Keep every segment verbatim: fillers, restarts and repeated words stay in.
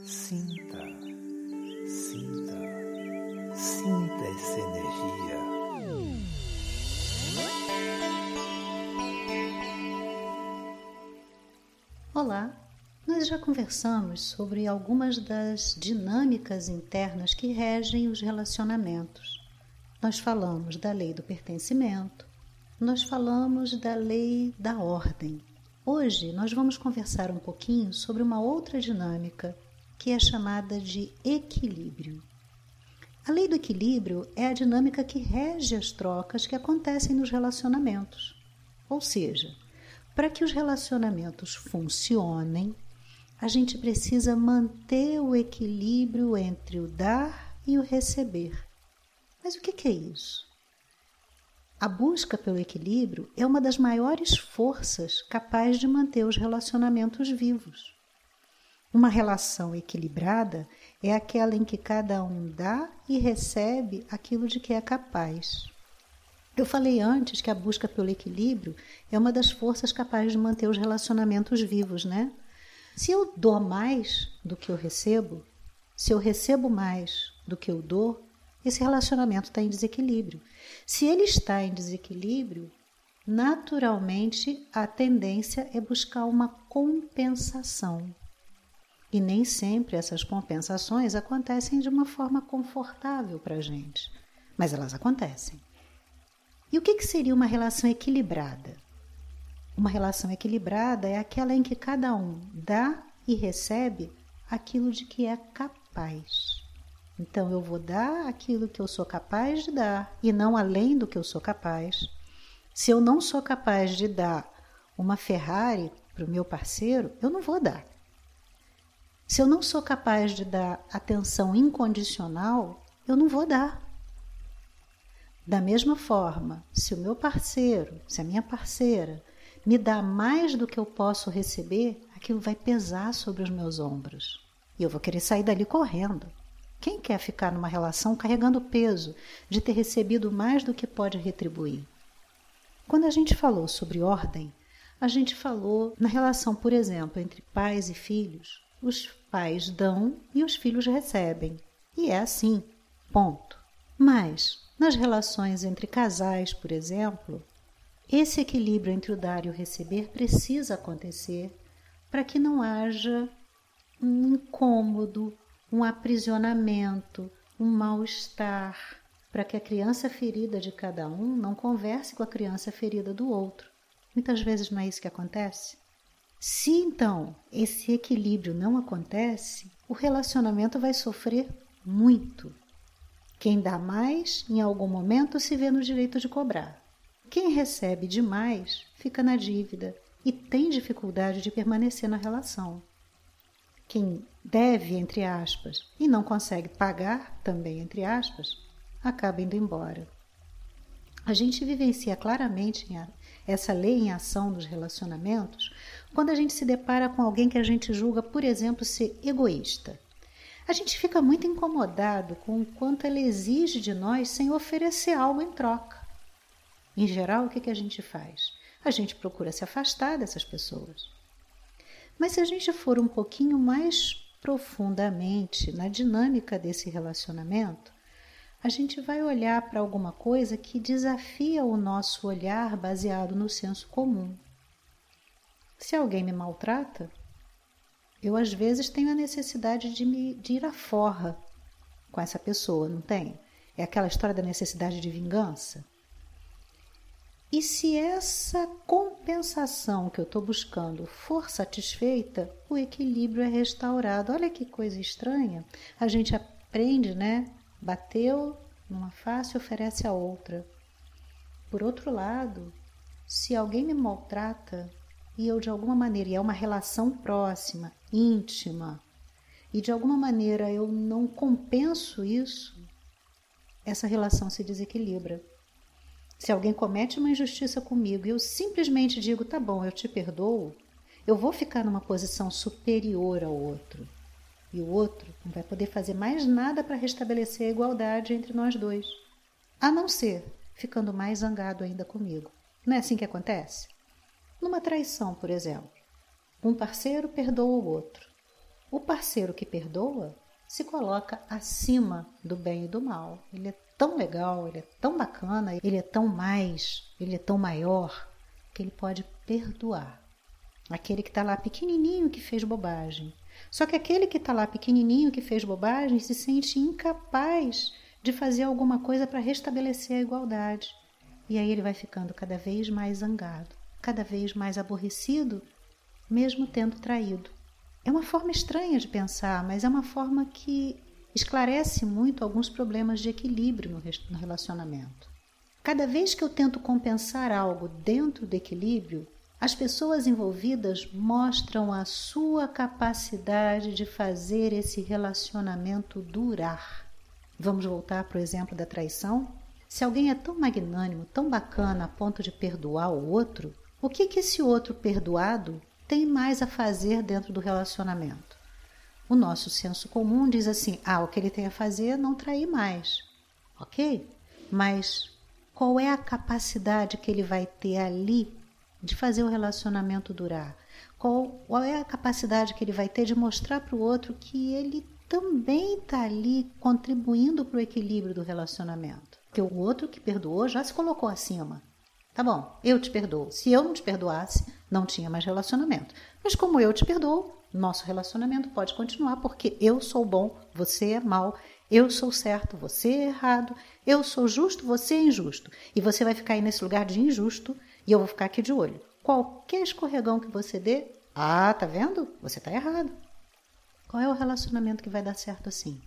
Sinta, sinta, sinta essa energia. Olá, nós já conversamos sobre algumas das dinâmicas internas que regem os relacionamentos. Nós falamos da lei do pertencimento, nós falamos da lei da ordem. Hoje nós vamos conversar um pouquinho sobre uma outra dinâmica que é chamada de equilíbrio. A lei do equilíbrio é a dinâmica que rege as trocas que acontecem nos relacionamentos. Ou seja, para que os relacionamentos funcionem, a gente precisa manter o equilíbrio entre o dar e o receber. Mas o que é isso? A busca pelo equilíbrio é uma das maiores forças capazes de manter os relacionamentos vivos. Uma relação equilibrada é aquela em que cada um dá e recebe aquilo de que é capaz. Eu falei antes que a busca pelo equilíbrio é uma das forças capazes de manter os relacionamentos vivos, né? Se eu dou mais do que eu recebo, se eu recebo mais do que eu dou, esse relacionamento está em desequilíbrio. Se ele está em desequilíbrio, naturalmente a tendência é buscar uma compensação. E nem sempre essas compensações acontecem de uma forma confortável para a gente, mas elas acontecem. E o que, que seria uma relação equilibrada? Uma relação equilibrada é aquela em que cada um dá e recebe aquilo de que é capaz. Então eu vou dar aquilo que eu sou capaz de dar e não além do que eu sou capaz. Se eu não sou capaz de dar uma Ferrari para o meu parceiro, eu não vou dar. Se eu não sou capaz de dar atenção incondicional, eu não vou dar. Da mesma forma, se o meu parceiro, se a minha parceira me dá mais do que eu posso receber, aquilo vai pesar sobre os meus ombros. E eu vou querer sair dali correndo. Quem quer ficar numa relação carregando o peso de ter recebido mais do que pode retribuir? Quando a gente falou sobre ordem, a gente falou na relação, por exemplo, entre pais e filhos. Os pais dão e os filhos recebem. E é assim, ponto. Mas, nas relações entre casais, por exemplo, esse equilíbrio entre o dar e o receber precisa acontecer para que não haja um incômodo, um aprisionamento, um mal-estar, para que a criança ferida de cada um não converse com a criança ferida do outro. Muitas vezes não é isso que acontece. Se, então, esse equilíbrio não acontece, o relacionamento vai sofrer muito. Quem dá mais, em algum momento, se vê no direito de cobrar. Quem recebe demais, fica na dívida e tem dificuldade de permanecer na relação. Quem deve, entre aspas, e não consegue pagar, também entre aspas, acaba indo embora. A gente vivencia claramente essa lei em ação nos relacionamentos quando a gente se depara com alguém que a gente julga, por exemplo, ser egoísta. A gente fica muito incomodado com o quanto ela exige de nós sem oferecer algo em troca. Em geral, o que, que a gente faz? A gente procura se afastar dessas pessoas. Mas se a gente for um pouquinho mais profundamente na dinâmica desse relacionamento, a gente vai olhar para alguma coisa que desafia o nosso olhar baseado no senso comum. Se alguém me maltrata, eu às vezes tenho a necessidade de, me, de ir à forra com essa pessoa, não tem? É aquela história da necessidade de vingança. E se essa compensação que eu estou buscando for satisfeita, o equilíbrio é restaurado. Olha que coisa estranha. A gente aprende, né? Bateu numa face, oferece a outra. Por outro lado, se alguém me maltrata e eu de alguma maneira, e é uma relação próxima, íntima, e de alguma maneira eu não compenso isso, essa relação se desequilibra. Se alguém comete uma injustiça comigo e eu simplesmente digo, tá bom, eu te perdoo, eu vou ficar numa posição superior ao outro. E o outro não vai poder fazer mais nada para restabelecer a igualdade entre nós dois, a não ser ficando mais zangado ainda comigo. Não é assim que acontece? Numa traição, por exemplo, um parceiro perdoa o outro. O parceiro que perdoa se coloca acima do bem e do mal. Ele é tão legal, ele é tão bacana, ele é tão mais, ele é tão maior, que ele pode perdoar. Aquele que está lá pequenininho que fez bobagem. Só que aquele que está lá pequenininho que fez bobagem se sente incapaz de fazer alguma coisa para restabelecer a igualdade. E aí ele vai ficando cada vez mais zangado, cada vez mais aborrecido, mesmo tendo traído. É uma forma estranha de pensar, mas é uma forma que esclarece muito alguns problemas de equilíbrio no relacionamento. Cada vez que eu tento compensar algo dentro do equilíbrio, as pessoas envolvidas mostram a sua capacidade de fazer esse relacionamento durar. Vamos voltar para o exemplo da traição? Se alguém é tão magnânimo, tão bacana a ponto de perdoar o outro, o que que esse outro perdoado tem mais a fazer dentro do relacionamento? O nosso senso comum diz assim, ah, o que ele tem a fazer é não trair mais. Ok? Mas qual é a capacidade que ele vai ter ali de fazer o relacionamento durar? Qual, qual é a capacidade que ele vai ter de mostrar para o outro que ele também está ali contribuindo para o equilíbrio do relacionamento? Porque o outro que perdoou já se colocou acima. Tá bom, eu te perdoo. Se eu não te perdoasse, não tinha mais relacionamento. Mas como eu te perdoo, nosso relacionamento pode continuar, porque eu sou bom, você é mau, eu sou certo, você é errado, eu sou justo, você é injusto. E você vai ficar aí nesse lugar de injusto e eu vou ficar aqui de olho. Qualquer escorregão que você dê, ah, tá vendo? Você tá errado. Qual é o relacionamento que vai dar certo assim?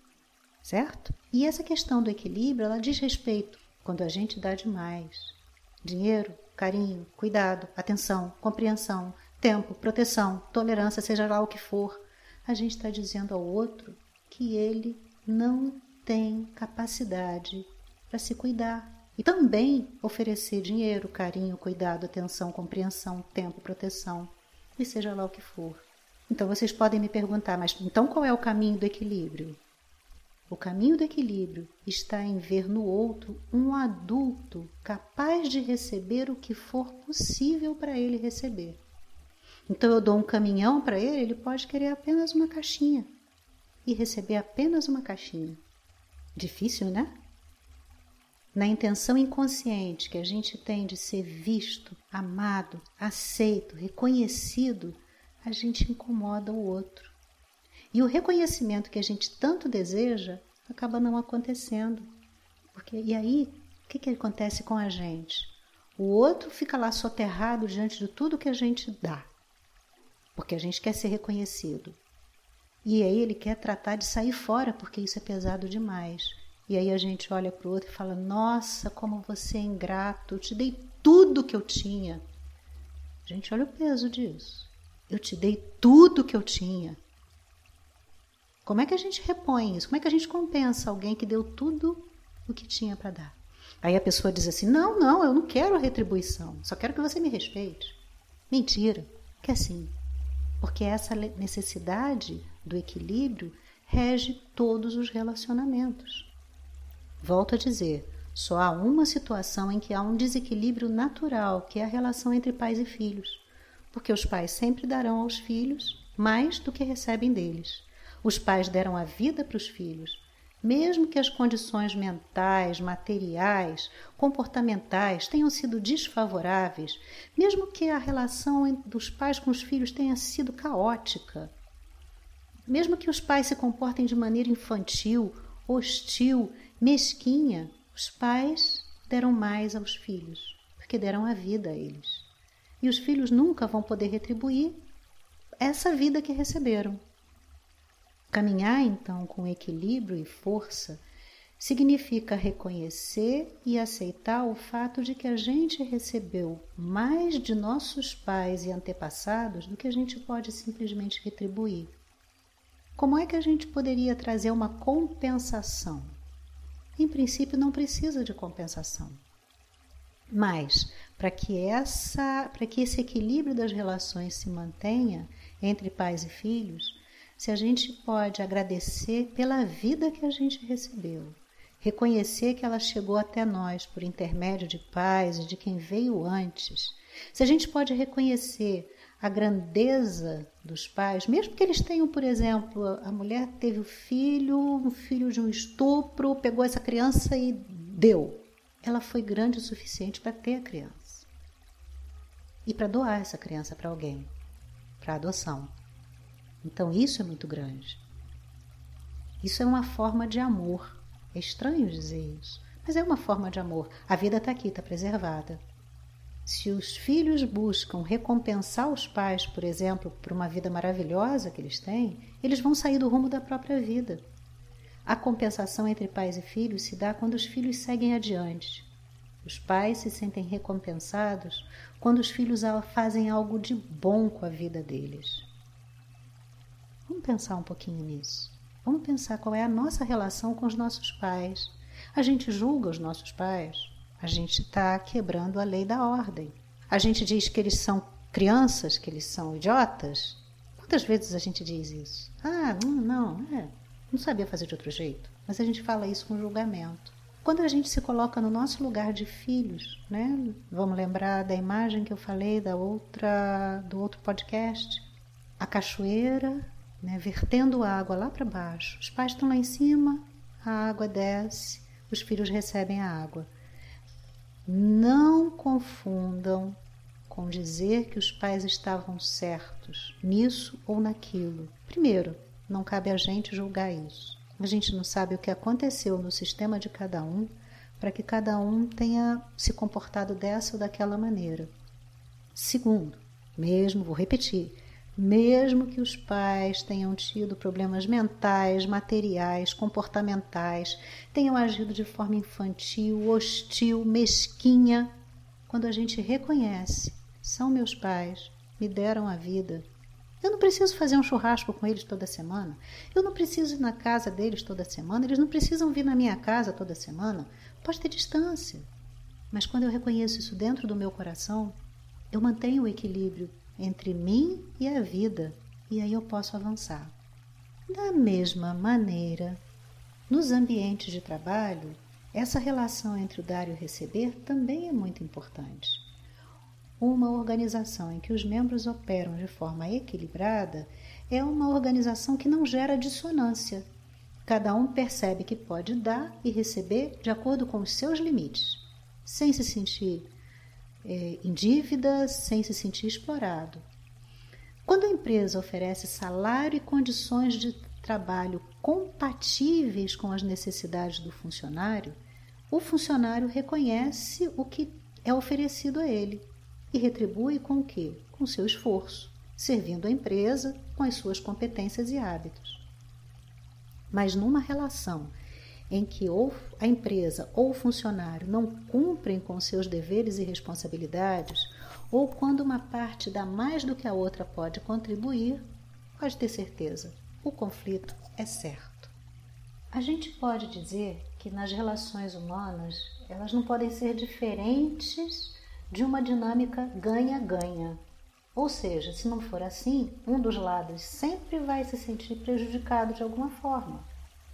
Certo? E essa questão do equilíbrio, ela diz respeito quando a gente dá demais. Dinheiro, carinho, cuidado, atenção, compreensão, tempo, proteção, tolerância, seja lá o que for. A gente está dizendo ao outro que ele não tem capacidade para se cuidar. E também oferecer dinheiro, carinho, cuidado, atenção, compreensão, tempo, proteção, e seja lá o que for. Então vocês podem me perguntar, mas então qual é o caminho do equilíbrio? O caminho do equilíbrio está em ver no outro um adulto capaz de receber o que for possível para ele receber. Então eu dou um caminhão para ele, ele pode querer apenas uma caixinha e receber apenas uma caixinha. Difícil, né? Na intenção inconsciente que a gente tem de ser visto, amado, aceito, reconhecido, a gente incomoda o outro. E o reconhecimento que a gente tanto deseja acaba não acontecendo. Porque, e aí, o que, que acontece com a gente? O outro fica lá soterrado diante de tudo que a gente dá. Porque a gente quer ser reconhecido. E aí ele quer tratar de sair fora, porque isso é pesado demais. E aí a gente olha para o outro e fala, nossa, como você é ingrato, eu te dei tudo que eu tinha. Gente, olha o peso disso. Eu te dei tudo que eu tinha. Como é que a gente repõe isso? Como é que a gente compensa alguém que deu tudo o que tinha para dar? Aí a pessoa diz assim, não, não, eu não quero retribuição, só quero que você me respeite. Mentira, que é assim. Porque essa necessidade do equilíbrio rege todos os relacionamentos. Volto a dizer, só há uma situação em que há um desequilíbrio natural, que é a relação entre pais e filhos. Porque os pais sempre darão aos filhos mais do que recebem deles. Os pais deram a vida para os filhos, mesmo que as condições mentais, materiais, comportamentais tenham sido desfavoráveis, mesmo que a relação dos pais com os filhos tenha sido caótica, mesmo que os pais se comportem de maneira infantil, hostil, mesquinha, os pais deram mais aos filhos, porque deram a vida a eles. E os filhos nunca vão poder retribuir essa vida que receberam. Caminhar, então, com equilíbrio e força significa reconhecer e aceitar o fato de que a gente recebeu mais de nossos pais e antepassados do que a gente pode simplesmente retribuir. Como é que a gente poderia trazer uma compensação? Em princípio, não precisa de compensação. Mas, para que, essa, para que esse equilíbrio das relações se mantenha entre pais e filhos, se a gente pode agradecer pela vida que a gente recebeu, reconhecer que ela chegou até nós por intermédio de pais e de quem veio antes, se a gente pode reconhecer a grandeza dos pais, mesmo que eles tenham, por exemplo, a mulher teve o filho, um filho de um estupro, pegou essa criança e deu. Ela foi grande o suficiente para ter a criança e para doar essa criança para alguém, para adoção. Então isso é muito grande. Isso é uma forma de amor. É estranho dizer isso, mas é uma forma de amor. A vida está aqui, está preservada. Se os filhos buscam recompensar os pais, por exemplo, por uma vida maravilhosa que eles têm, eles vão sair do rumo da própria vida. A compensação entre pais e filhos se dá quando os filhos seguem adiante. Os pais se sentem recompensados quando os filhos fazem algo de bom com a vida deles. Vamos pensar um pouquinho nisso. Vamos pensar qual é a nossa relação com os nossos pais. A gente julga os nossos pais. A gente está quebrando a lei da ordem. A gente diz que eles são crianças, que eles são idiotas. Quantas vezes a gente diz isso? Ah, não, não, é, não sabia fazer de outro jeito. Mas a gente fala isso com julgamento. Quando a gente se coloca no nosso lugar de filhos, né? Vamos lembrar da imagem que eu falei da outra, do outro podcast. A cachoeira, né, vertendo água lá para baixo. Os pais estão lá em cima, a água desce, os filhos recebem a água. Não confundam com dizer que os pais estavam certos nisso ou naquilo. Primeiro, não cabe a gente julgar isso. A gente não sabe o que aconteceu no sistema de cada um para que cada um tenha se comportado dessa ou daquela maneira. Segundo, mesmo, vou repetir, mesmo que os pais tenham tido problemas mentais, materiais, comportamentais, tenham agido de forma infantil, hostil, mesquinha, quando a gente reconhece, são meus pais, me deram a vida. Eu não preciso fazer um churrasco com eles toda semana, eu não preciso ir na casa deles toda semana, eles não precisam vir na minha casa toda semana, pode ter distância. Mas quando eu reconheço isso dentro do meu coração, eu mantenho o equilíbrio entre mim e a vida, e aí eu posso avançar. Da mesma maneira, nos ambientes de trabalho, essa relação entre o dar e o receber também é muito importante. Uma organização em que os membros operam de forma equilibrada é uma organização que não gera dissonância. Cada um percebe que pode dar e receber de acordo com os seus limites, sem se sentir É, em dívida, sem se sentir explorado. Quando a empresa oferece salário e condições de trabalho compatíveis com as necessidades do funcionário, o funcionário reconhece o que é oferecido a ele e retribui com o quê? Com o seu esforço, servindo a empresa com as suas competências e hábitos. Mas numa relação em que ou a empresa ou o funcionário não cumprem com seus deveres e responsabilidades, ou quando uma parte dá mais do que a outra pode contribuir, pode ter certeza, o conflito é certo. A gente pode dizer que nas relações humanas, elas não podem ser diferentes de uma dinâmica ganha-ganha. Ou seja, se não for assim, um dos lados sempre vai se sentir prejudicado de alguma forma.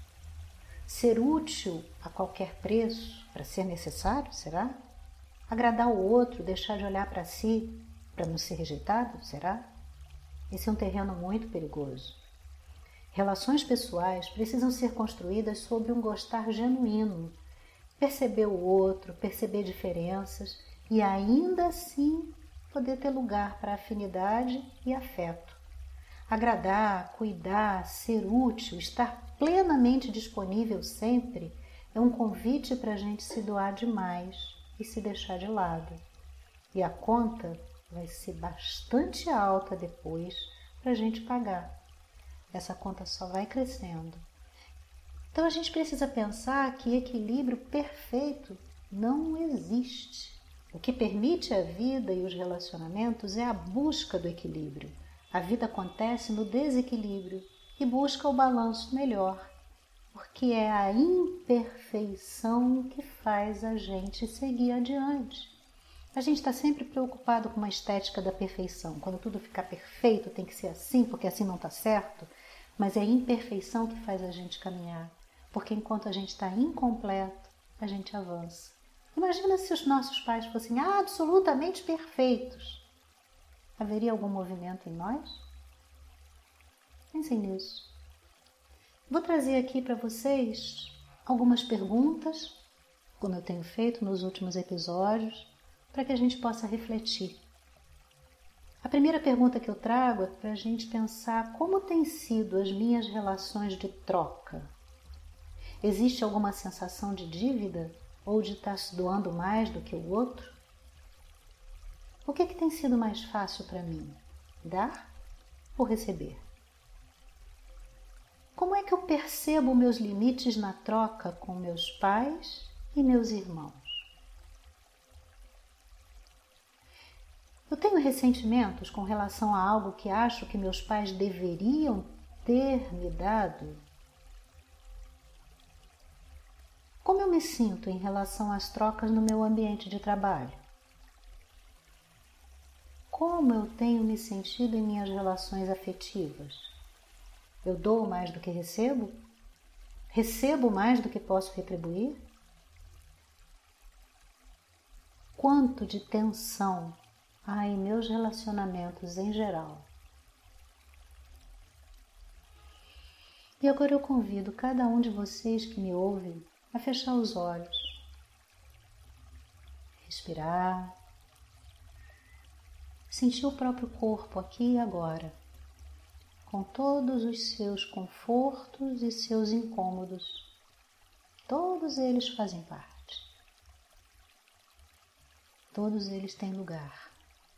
Ser útil a qualquer preço para ser necessário, será? Agradar o outro, deixar de olhar para si para não ser rejeitado, será? Esse é um terreno muito perigoso. Relações pessoais precisam ser construídas sobre um gostar genuíno, perceber o outro, perceber diferenças e ainda assim poder ter lugar para afinidade e afeto. Agradar, cuidar, ser útil, estar plenamente disponível sempre é um convite para a gente se doar demais e se deixar de lado. E a conta vai ser bastante alta depois para a gente pagar. Essa conta só vai crescendo. Então a gente precisa pensar que equilíbrio perfeito não existe. O que permite a vida e os relacionamentos é a busca do equilíbrio. A vida acontece no desequilíbrio e busca o balanço melhor, porque é a imperfeição que faz a gente seguir adiante. A gente está sempre preocupado com uma estética da perfeição. Quando tudo ficar perfeito, tem que ser assim, porque assim não está certo. Mas é a imperfeição que faz a gente caminhar, porque enquanto a gente está incompleto, a gente avança. Imagina se os nossos pais fossem absolutamente perfeitos. haveria algum movimento em nós? Pensem nisso. Vou trazer aqui para vocês algumas perguntas, como eu tenho feito nos últimos episódios, para que a gente possa refletir. A primeira pergunta que eu trago é para a gente pensar como têm sido as minhas relações de troca. Existe alguma sensação de dívida ou de estar se doando mais do que o outro? O que, que tem sido mais fácil para mim? Dar ou receber? Como é que eu percebo meus limites na troca com meus pais e meus irmãos? Eu tenho ressentimentos com relação a algo que acho que meus pais deveriam ter me dado? Como eu me sinto em relação às trocas no meu ambiente de trabalho? Como eu tenho me sentido em minhas relações afetivas? Eu dou mais do que recebo? Recebo mais do que posso retribuir? Quanto de tensão há em meus relacionamentos em geral? E agora eu convido cada um de vocês que me ouvem a fechar os olhos, respirar, sentir o próprio corpo aqui e agora, com todos os seus confortos e seus incômodos. Todos eles fazem parte. Todos eles têm lugar.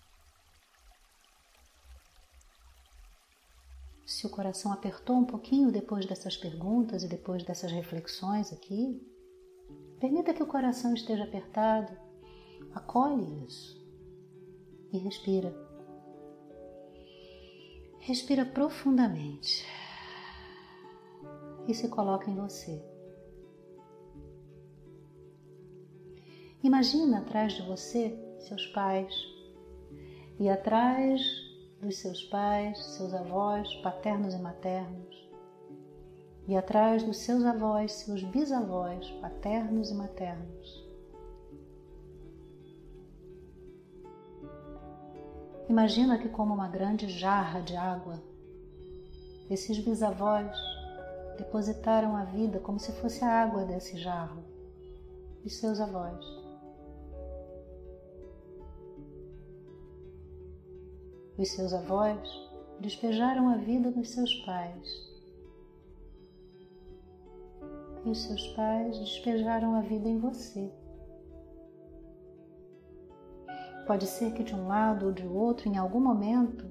Se o coração apertou um pouquinho depois dessas perguntas e depois dessas reflexões aqui, permita que o coração esteja apertado, acolhe isso e respira. Respira profundamente e se coloca em você. Imagina atrás de você seus pais e atrás dos seus pais, seus avós, paternos e maternos, e atrás dos seus avós, seus bisavós, paternos e maternos. Imagina que, como uma grande jarra de água, esses bisavós depositaram a vida como se fosse a água desse jarro, dos seus avós. Os seus avós despejaram a vida nos seus pais. E os seus pais despejaram a vida em você. Pode ser que de um lado ou de outro, em algum momento,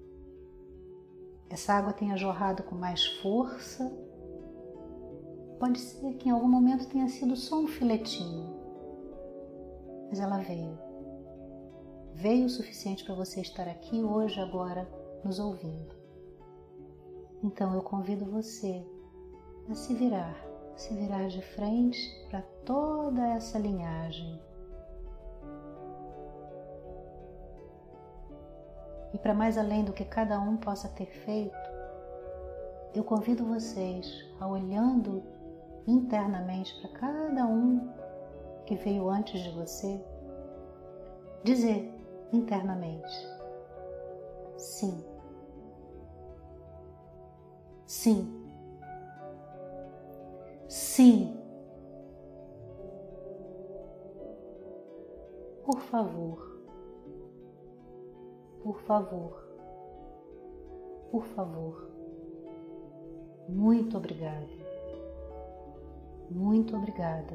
essa água tenha jorrado com mais força. Pode ser que em algum momento tenha sido só um filetinho. Mas ela veio. Veio o suficiente para você estar aqui hoje, agora, nos ouvindo. Então eu convido você a se virar, se virar de frente para toda essa linhagem. E para mais além do que cada um possa ter feito, eu convido vocês a, olhando internamente para cada um que veio antes de você, dizer internamente: sim, sim, sim, por favor, por favor, por favor, muito obrigada, muito obrigada,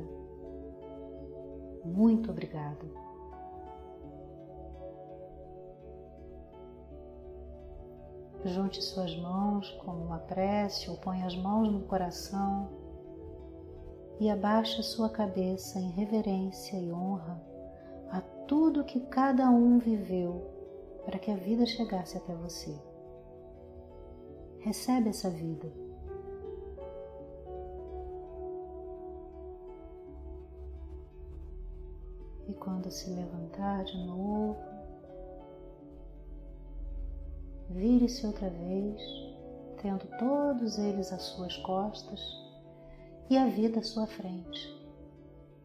muito obrigada. Junte suas mãos como uma prece ou ponha as mãos no coração e abaixe a sua cabeça em reverência e honra a tudo que cada um viveu para que a vida chegasse até você. Recebe essa vida. E quando se levantar de novo, vire-se outra vez, tendo todos eles às suas costas e a vida à sua frente.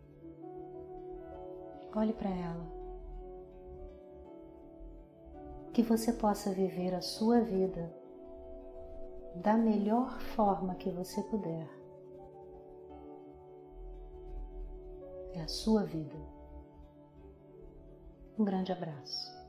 Olhe para ela. que você possa viver a sua vida da melhor forma que você puder. É a sua vida. Um grande abraço.